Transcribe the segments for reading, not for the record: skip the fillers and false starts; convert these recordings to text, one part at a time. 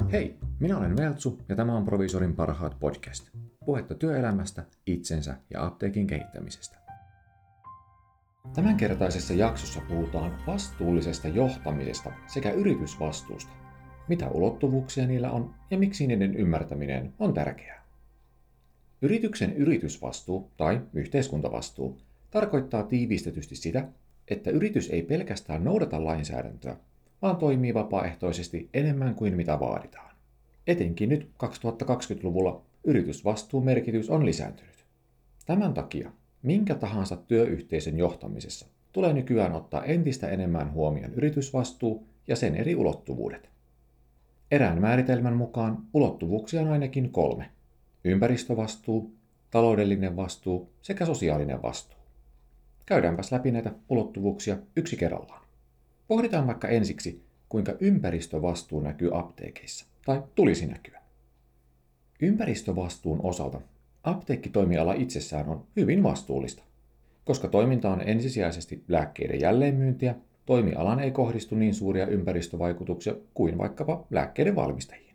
Hei, minä olen Veltsu ja tämä on Provisorin parhaat podcast. Puhetta työelämästä, itsensä ja apteekin kehittämisestä. Tämänkertaisessa jaksossa puhutaan vastuullisesta johtamisesta sekä yritysvastuusta. Mitä ulottuvuuksia niillä on ja miksi niiden ymmärtäminen on tärkeää. Yrityksen yritysvastuu tai yhteiskuntavastuu tarkoittaa tiivistetysti sitä, että yritys ei pelkästään noudata lainsäädäntöä, vaan toimii vapaaehtoisesti enemmän kuin mitä vaaditaan. Etenkin nyt 2020-luvulla yritysvastuun merkitys on lisääntynyt. Tämän takia minkä tahansa työyhteisön johtamisessa tulee nykyään ottaa entistä enemmän huomioon yritysvastuu ja sen eri ulottuvuudet. Erään määritelmän mukaan ulottuvuuksia on ainakin 3. Ympäristövastuu, taloudellinen vastuu sekä sosiaalinen vastuu. Käydäänpäs läpi näitä ulottuvuuksia yksi kerrallaan. Pohditaan vaikka ensiksi, kuinka ympäristövastuu näkyy apteekeissa, tai tulisi näkyä. Ympäristövastuun osalta apteekkitoimiala itsessään on hyvin vastuullista. Koska toiminta on ensisijaisesti lääkkeiden jälleenmyyntiä, toimialaan ei kohdistu niin suuria ympäristövaikutuksia kuin vaikkapa lääkkeiden valmistajiin.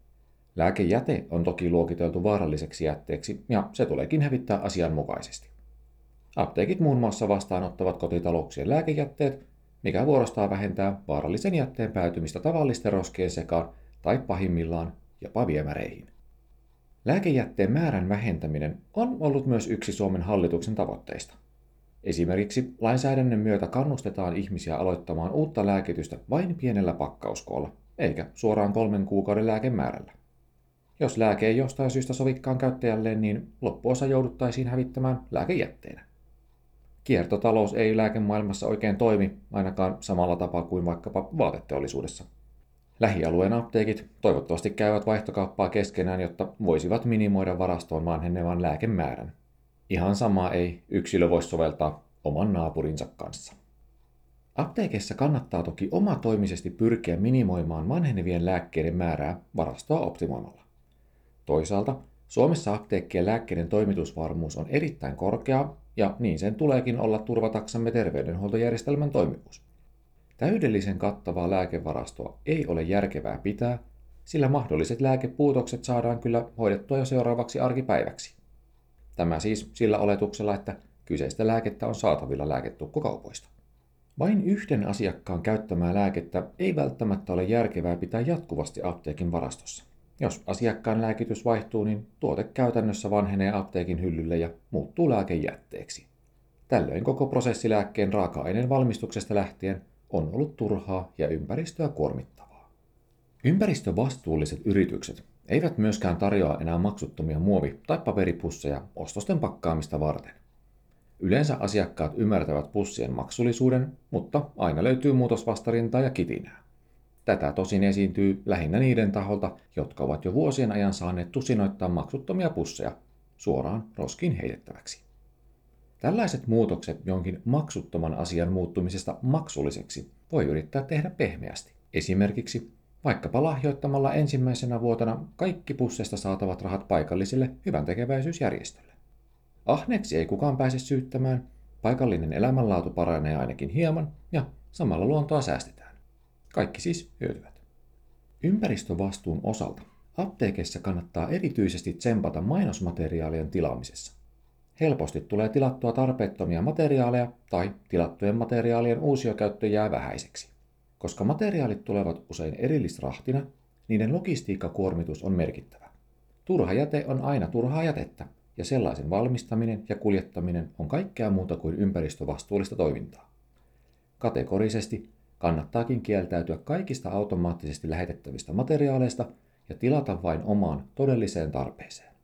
Lääkejäte on toki luokiteltu vaaralliseksi jätteeksi ja se tuleekin hävittää asianmukaisesti. Apteekit muun muassa vastaanottavat kotitalouksien lääkejätteet, mikä vuorostaan vähentää vaarallisen jätteen päätymistä tavallisten roskien sekaan tai pahimmillaan jopa viemäreihin. Lääkejätteen määrän vähentäminen on ollut myös yksi Suomen hallituksen tavoitteista. Esimerkiksi lainsäädännön myötä kannustetaan ihmisiä aloittamaan uutta lääkitystä vain pienellä pakkauskoolla, eikä suoraan 3 kuukauden lääkemäärällä. Jos lääke ei jostain syystä sovikaan käyttäjälleen, niin loppuosa jouduttaisiin hävittämään lääkejätteenä. Kiertotalous ei lääkemaailmassa oikein toimi, ainakaan samalla tapaa kuin vaikkapa vaateteollisuudessa. Lähialueen apteekit toivottavasti käyvät vaihtokauppaa keskenään, jotta voisivat minimoida varastoon vanhenevan lääkemäärän. Ihan samaa ei yksilö voi soveltaa oman naapurinsa kanssa. Apteekissa kannattaa toki omatoimisesti pyrkiä minimoimaan vanhenevien lääkkeiden määrää varastoa optimoimalla. Toisaalta Suomessa apteekkien lääkkeiden toimitusvarmuus on erittäin korkea, ja niin sen tuleekin olla turvataksamme terveydenhuoltojärjestelmän toimivuus. Täydellisen kattavaa lääkevarastoa ei ole järkevää pitää, sillä mahdolliset lääkepuutokset saadaan kyllä hoidettua jo seuraavaksi arkipäiväksi. Tämä siis sillä oletuksella, että kyseistä lääkettä on saatavilla lääketukkukaupoista. Vain yhden asiakkaan käyttämää lääkettä ei välttämättä ole järkevää pitää jatkuvasti apteekin varastossa. Jos asiakkaan lääkitys vaihtuu, niin tuote käytännössä vanhenee apteekin hyllylle ja muuttuu lääkejätteeksi. Tällöin koko prosessi lääkkeen raaka-aineen valmistuksesta lähtien on ollut turhaa ja ympäristöä kuormittavaa. Ympäristövastuulliset yritykset eivät myöskään tarjoa enää maksuttomia muovi- tai paperipusseja ostosten pakkaamista varten. Yleensä asiakkaat ymmärtävät pussien maksullisuuden, mutta aina löytyy muutosvastarintaa ja kitinää. Tätä tosin esiintyy lähinnä niiden taholta, jotka ovat jo vuosien ajan saaneet tusinoittaa maksuttomia pusseja suoraan roskiin heitettäväksi. Tällaiset muutokset jonkin maksuttoman asian muuttumisesta maksulliseksi voi yrittää tehdä pehmeästi. Esimerkiksi vaikkapa lahjoittamalla ensimmäisenä vuotena kaikki pusseista saatavat rahat paikallisille hyväntekeväisyysjärjestölle. Ahneeksi ei kukaan pääse syyttämään, paikallinen elämänlaatu paranee ainakin hieman ja samalla luontoa säästetään. Kaikki siis hyötyvät. Ympäristövastuun osalta apteekeissa kannattaa erityisesti tsempata mainosmateriaalien tilaamisessa. Helposti tulee tilattua tarpeettomia materiaaleja tai tilattujen materiaalien uusiokäyttö jää vähäiseksi. Koska materiaalit tulevat usein erillisrahtina, niiden logistiikkakuormitus on merkittävä. Turha jäte on aina turhaa jätettä, ja sellaisen valmistaminen ja kuljettaminen on kaikkea muuta kuin ympäristövastuullista toimintaa. Kategorisesti kannattaakin kieltäytyä kaikista automaattisesti lähetettävistä materiaaleista ja tilata vain omaan todelliseen tarpeeseen.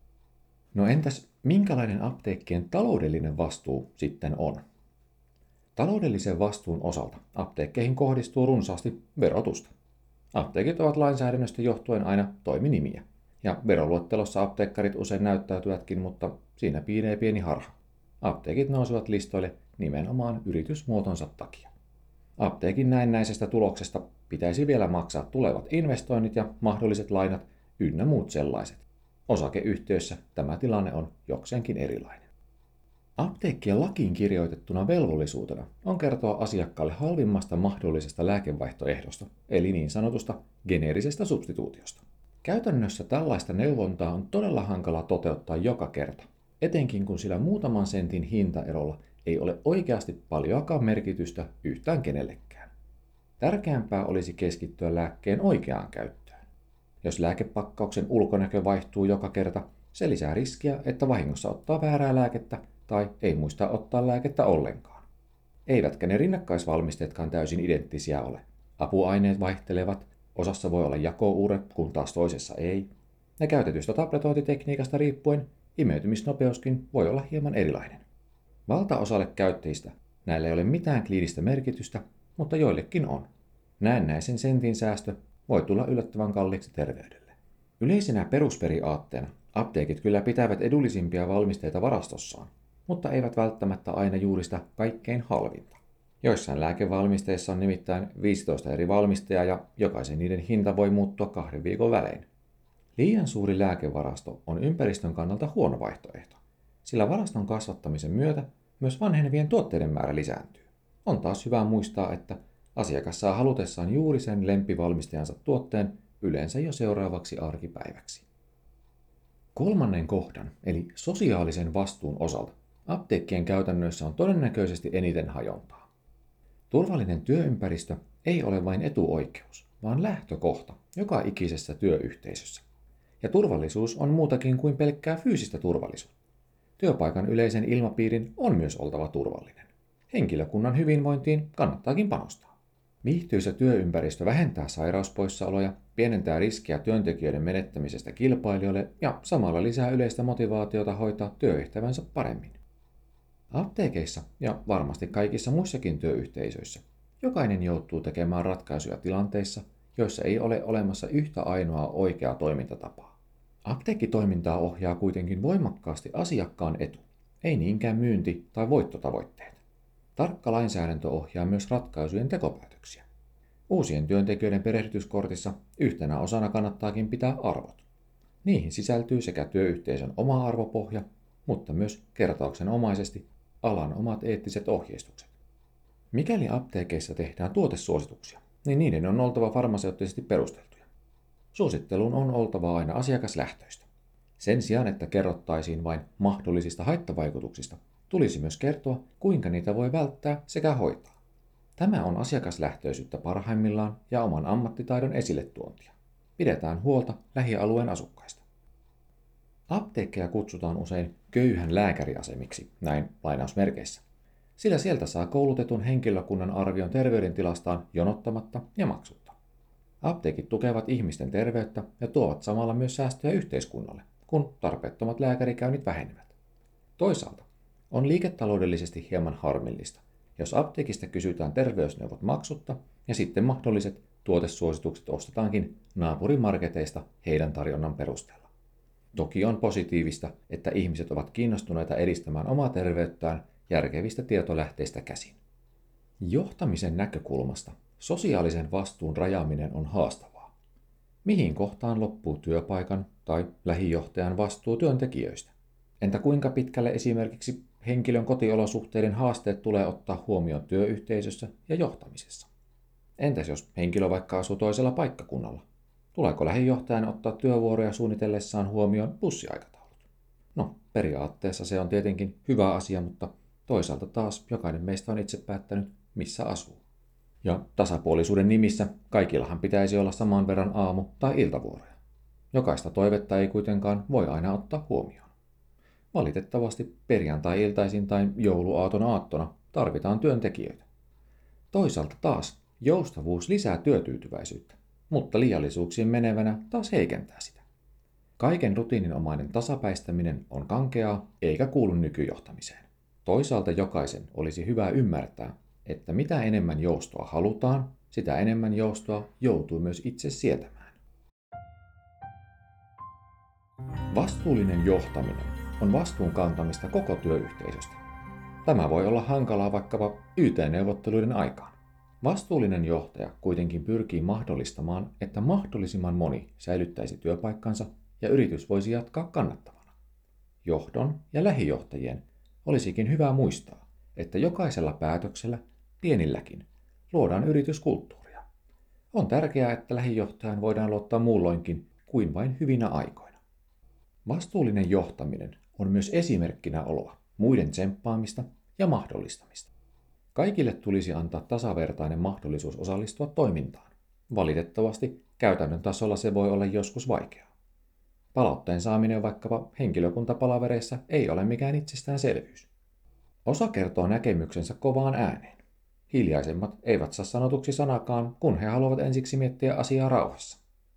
No entäs minkälainen apteekkien taloudellinen vastuu sitten on? Taloudellisen vastuun osalta apteekkeihin kohdistuu runsaasti verotusta. Apteekit ovat lainsäädännöstä johtuen aina toiminimiä, ja veroluettelossa apteekkarit usein näyttäytyvätkin, mutta siinä piilee pieni harha. Apteekit nousevat listoille nimenomaan yritysmuotonsa takia. Apteekin näennäisestä tuloksesta pitäisi vielä maksaa tulevat investoinnit ja mahdolliset lainat ynnä muut sellaiset. Osakeyhtiöissä tämä tilanne on jokseenkin erilainen. Apteekkien lakiin kirjoitettuna velvollisuutena on kertoa asiakkaalle halvimmasta mahdollisesta lääkevaihtoehdosta, eli niin sanotusta geneerisestä substituutiosta. Käytännössä tällaista neuvontaa on todella hankala toteuttaa joka kerta, etenkin kun sillä muutaman sentin hintaerolla ei ole oikeasti paljoakaan merkitystä yhtään kenellekään. Tärkeämpää olisi keskittyä lääkkeen oikeaan käyttöön. Jos lääkepakkauksen ulkonäkö vaihtuu joka kerta, se lisää riskiä, että vahingossa ottaa väärää lääkettä tai ei muista ottaa lääkettä ollenkaan. Eivätkä ne rinnakkaisvalmisteetkaan täysin identtisiä ole. Apuaineet vaihtelevat, osassa voi olla jakouuret, kun taas toisessa ei. Ja käytetystä tabletointitekniikasta riippuen imeytymisnopeuskin voi olla hieman erilainen. Valtaosalle käyttäjistä näillä ei ole mitään kliinistä merkitystä, mutta joillekin on. Näennäisen sentin säästö voi tulla yllättävän kalliiksi terveydelle. Yleisenä perusperiaatteena apteekit kyllä pitävät edullisimpia valmisteita varastossaan, mutta eivät välttämättä aina juuri sitä kaikkein halvinta. Joissain lääkevalmisteissa on nimittäin 15 eri valmistajaa ja jokaisen niiden hinta voi muuttua 2 viikon välein. Liian suuri lääkevarasto on ympäristön kannalta huono vaihtoehto, sillä varaston kasvattamisen myötä myös vanhenevien tuotteiden määrä lisääntyy. On taas hyvä muistaa, että asiakas saa halutessaan juuri sen lempivalmistajansa tuotteen yleensä jo seuraavaksi arkipäiväksi. Kolmannen kohdan, eli sosiaalisen vastuun osalta, apteekkien käytännöissä on todennäköisesti eniten hajontaa. Turvallinen työympäristö ei ole vain etuoikeus, vaan lähtökohta joka ikisessä työyhteisössä. Ja turvallisuus on muutakin kuin pelkkää fyysistä turvallisuutta. Työpaikan yleisen ilmapiirin on myös oltava turvallinen. Henkilökunnan hyvinvointiin kannattaakin panostaa. Viihtyisä työympäristö vähentää sairauspoissaoloja, pienentää riskiä työntekijöiden menettämisestä kilpailijoille ja samalla lisää yleistä motivaatiota hoitaa työtehtävänsä paremmin. Apteekeissa ja varmasti kaikissa muissakin työyhteisöissä jokainen joutuu tekemään ratkaisuja tilanteissa, joissa ei ole olemassa yhtä ainoaa oikeaa toimintatapaa. Apteekkitoimintaa ohjaa kuitenkin voimakkaasti asiakkaan etu, ei niinkään myynti- tai voittotavoitteet. Tarkka lainsäädäntö ohjaa myös ratkaisujen tekopäätöksiä. Uusien työntekijöiden perehdytyskortissa yhtenä osana kannattaakin pitää arvot. Niihin sisältyy sekä työyhteisön oma arvopohja, mutta myös kertauksenomaisesti alan omat eettiset ohjeistukset. Mikäli apteekeissa tehdään tuotesuosituksia, niin niiden on oltava farmaseuttisesti perusteltuja. Suosittelun on oltava aina asiakaslähtöistä. Sen sijaan, että kerrottaisiin vain mahdollisista haittavaikutuksista, tulisi myös kertoa, kuinka niitä voi välttää sekä hoitaa. Tämä on asiakaslähtöisyyttä parhaimmillaan ja oman ammattitaidon esille tuontia. Pidetään huolta lähialueen asukkaista. Apteekkeja kutsutaan usein köyhän lääkäriasemiksi, näin lainausmerkeissä, sillä sieltä saa koulutetun henkilökunnan arvion terveydentilastaan jonottamatta ja maksutta. Apteekit tukevat ihmisten terveyttä ja tuovat samalla myös säästöjä yhteiskunnalle, kun tarpeettomat lääkärikäynnit vähenevät. Toisaalta on liiketaloudellisesti hieman harmillista, jos apteekista kysytään terveysneuvot maksutta ja sitten mahdolliset tuotesuositukset ostetaankin naapurimarketeista heidän tarjonnan perusteella. Toki on positiivista, että ihmiset ovat kiinnostuneita edistämään omaa terveyttään järkevistä tietolähteistä käsin. Johtamisen näkökulmasta sosiaalisen vastuun rajaaminen on haastavaa. Mihin kohtaan loppuu työpaikan tai lähijohtajan vastuu työntekijöistä? Entä kuinka pitkälle esimerkiksi henkilön kotiolosuhteiden haasteet tulee ottaa huomioon työyhteisössä ja johtamisessa? Entäs jos henkilö vaikka asuu toisella paikkakunnalla? Tuleeko lähijohtajan ottaa työvuoroja suunnitellessaan huomioon bussiaikataulut? No, periaatteessa se on tietenkin hyvä asia, mutta toisaalta taas jokainen meistä on itse päättänyt, missä asuu. Ja tasapuolisuuden nimissä kaikillahan pitäisi olla saman verran aamu- tai iltavuoroja. Jokaista toivetta ei kuitenkaan voi aina ottaa huomioon. Valitettavasti perjantai-iltaisin tai jouluaaton aattona tarvitaan työntekijöitä. Toisaalta taas joustavuus lisää työtyytyväisyyttä, mutta liiallisuuksien menevänä taas heikentää sitä. Kaiken rutiininomainen tasapäistäminen on kankeaa eikä kuulu nykyjohtamiseen. Toisaalta jokaisen olisi hyvä ymmärtää, että mitä enemmän joustoa halutaan, sitä enemmän joustoa joutuu myös itse sietämään. Vastuullinen johtaminen on vastuun kantamista koko työyhteisöstä. Tämä voi olla hankalaa vaikkapa YT-neuvotteluiden aikaan. Vastuullinen johtaja kuitenkin pyrkii mahdollistamaan, että mahdollisimman moni säilyttäisi työpaikkansa ja yritys voisi jatkaa kannattavana. Johdon ja lähijohtajien olisikin hyvä muistaa, että jokaisella päätöksellä, pienilläkin, luodaan yrityskulttuuria. On tärkeää, että lähijohtajan voidaan luottaa muulloinkin kuin vain hyvinä aikoina. Vastuullinen johtaminen on myös esimerkkinä oloa, muiden tsemppaamista ja mahdollistamista. Kaikille tulisi antaa tasavertainen mahdollisuus osallistua toimintaan. Valitettavasti käytännön tasolla se voi olla joskus vaikeaa. Palautteen saaminen vaikkapa henkilökuntapalavereissa ei ole mikään itsestäänselvyys. Osa kertoo näkemyksensä kovaan ääneen. Hiljaisemmat eivät saa sanotuksi sanakaan, kun he haluavat ensiksi miettiä asiaa rauhassa.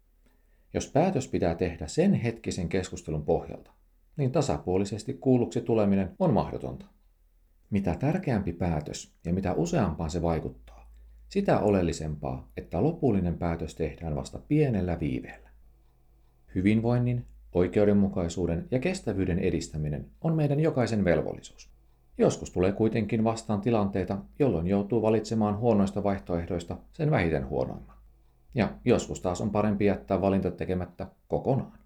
Jos päätös pitää tehdä sen hetkisen keskustelun pohjalta, niin tasapuolisesti kuulluksi tuleminen on mahdotonta. Mitä tärkeämpi päätös ja mitä useampaan se vaikuttaa, sitä oleellisempaa, että lopullinen päätös tehdään vasta pienellä viiveellä. Hyvinvoinnin, oikeudenmukaisuuden ja kestävyyden edistäminen on meidän jokaisen velvollisuus. Joskus tulee kuitenkin vastaan tilanteita, jolloin joutuu valitsemaan huonoista vaihtoehdoista sen vähiten huonoimman. Ja joskus taas on parempi jättää valinta tekemättä kokonaan.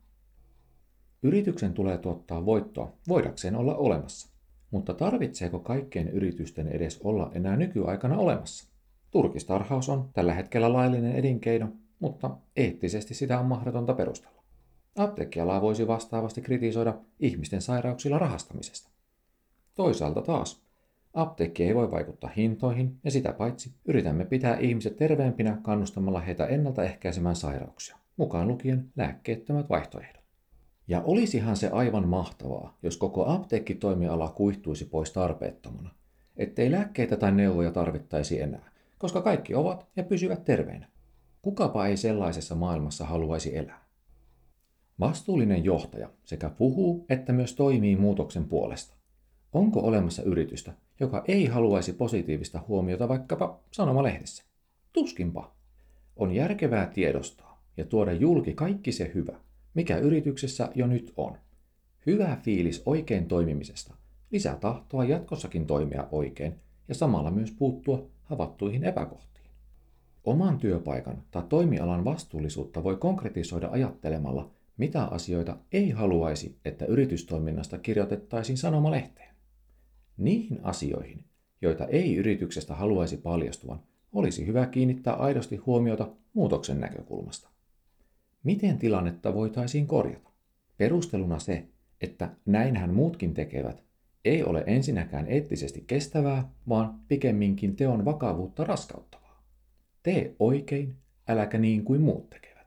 Yrityksen tulee tuottaa voittoa voidakseen olla olemassa. Mutta tarvitseeko kaikkien yritysten edes olla enää nykyaikana olemassa? Turkistarhaus on tällä hetkellä laillinen elinkeino, mutta eettisesti sitä on mahdotonta perustella. Apteekkialaa voisi vastaavasti kritisoida ihmisten sairauksilla rahastamisesta. Toisaalta taas, apteekki ei voi vaikuttaa hintoihin ja sitä paitsi yritämme pitää ihmiset terveempinä kannustamalla heitä ennaltaehkäisemään sairauksia, mukaan lukien lääkkeettömät vaihtoehdot. Ja olisihan se aivan mahtavaa, jos koko apteekkitoimiala kuihtuisi pois tarpeettomana, ettei lääkkeitä tai neuvoja tarvittaisi enää, koska kaikki ovat ja pysyvät terveinä. Kukapa ei sellaisessa maailmassa haluaisi elää. Vastuullinen johtaja sekä puhuu että myös toimii muutoksen puolesta. Onko olemassa yritystä, joka ei haluaisi positiivista huomiota vaikkapa sanomalehdessä? Tuskinpa. On järkevää tiedostaa ja tuoda julki kaikki se hyvä, mikä yrityksessä jo nyt on. Hyvä fiilis oikein toimimisesta lisää tahtoa jatkossakin toimia oikein ja samalla myös puuttua havaittuihin epäkohtiin. Oman työpaikan tai toimialan vastuullisuutta voi konkretisoida ajattelemalla, mitä asioita ei haluaisi, että yritystoiminnasta kirjoitettaisiin sanomalehteen. Niihin asioihin, joita ei yrityksestä haluaisi paljastuvan, olisi hyvä kiinnittää aidosti huomiota muutoksen näkökulmasta. Miten tilannetta voitaisiin korjata? Perusteluna se, että näinhän muutkin tekevät, ei ole ensinnäkään eettisesti kestävää, vaan pikemminkin teon vakavuutta raskauttavaa. Tee oikein, äläkä niin kuin muut tekevät.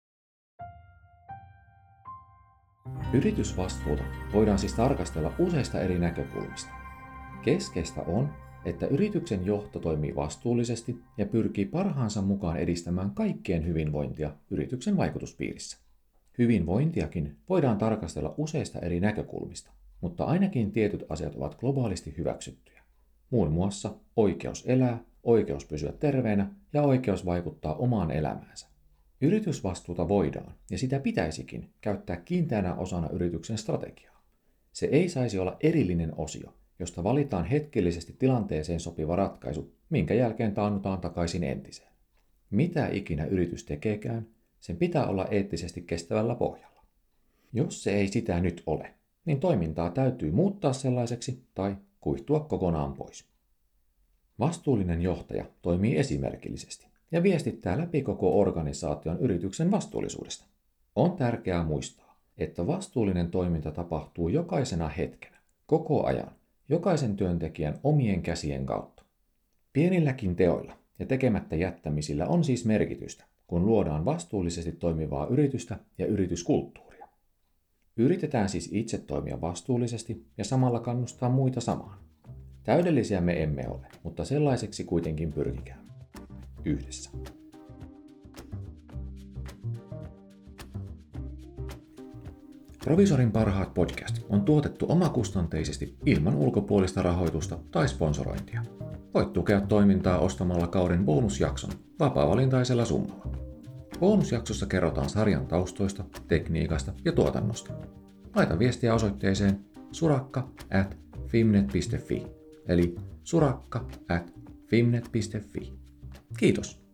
Yritysvastuuta voidaan siis tarkastella useista eri näkökulmista. Keskeistä on, että yrityksen johto toimii vastuullisesti ja pyrkii parhaansa mukaan edistämään kaikkien hyvinvointia yrityksen vaikutuspiirissä. Hyvinvointiakin voidaan tarkastella useista eri näkökulmista, mutta ainakin tietyt asiat ovat globaalisti hyväksyttyjä. Muun muassa oikeus elää, oikeus pysyä terveenä ja oikeus vaikuttaa omaan elämäänsä. Yritysvastuuta voidaan, ja sitä pitäisikin, käyttää kiinteänä osana yrityksen strategiaa. Se ei saisi olla erillinen osio, josta valitaan hetkellisesti tilanteeseen sopiva ratkaisu, minkä jälkeen taannutaan takaisin entiseen. Mitä ikinä yritys tekeekään, sen pitää olla eettisesti kestävällä pohjalla. Jos se ei sitä nyt ole, niin toimintaa täytyy muuttaa sellaiseksi tai kuihtua kokonaan pois. Vastuullinen johtaja toimii esimerkillisesti ja viestittää läpi koko organisaation yrityksen vastuullisuudesta. On tärkeää muistaa, että vastuullinen toiminta tapahtuu jokaisena hetkenä, koko ajan, jokaisen työntekijän omien käsien kautta. Pienilläkin teoilla ja tekemättä jättämisillä on siis merkitystä, kun luodaan vastuullisesti toimivaa yritystä ja yrityskulttuuria. Yritetään siis itse toimia vastuullisesti ja samalla kannustaa muita samaan. Täydellisiä me emme ole, mutta sellaiseksi kuitenkin pyrkikää. Yhdessä. Provisorin parhaat podcast on tuotettu omakustanteisesti ilman ulkopuolista rahoitusta tai sponsorointia. Voit tukea toimintaa ostamalla kauden bonusjakson vapaa-valintaisella summalla. Bonusjaksossa kerrotaan sarjan taustoista, tekniikasta ja tuotannosta. Laita viestiä osoitteeseen surakka@fimnet.fi eli surakka@fimnet.fi. Kiitos!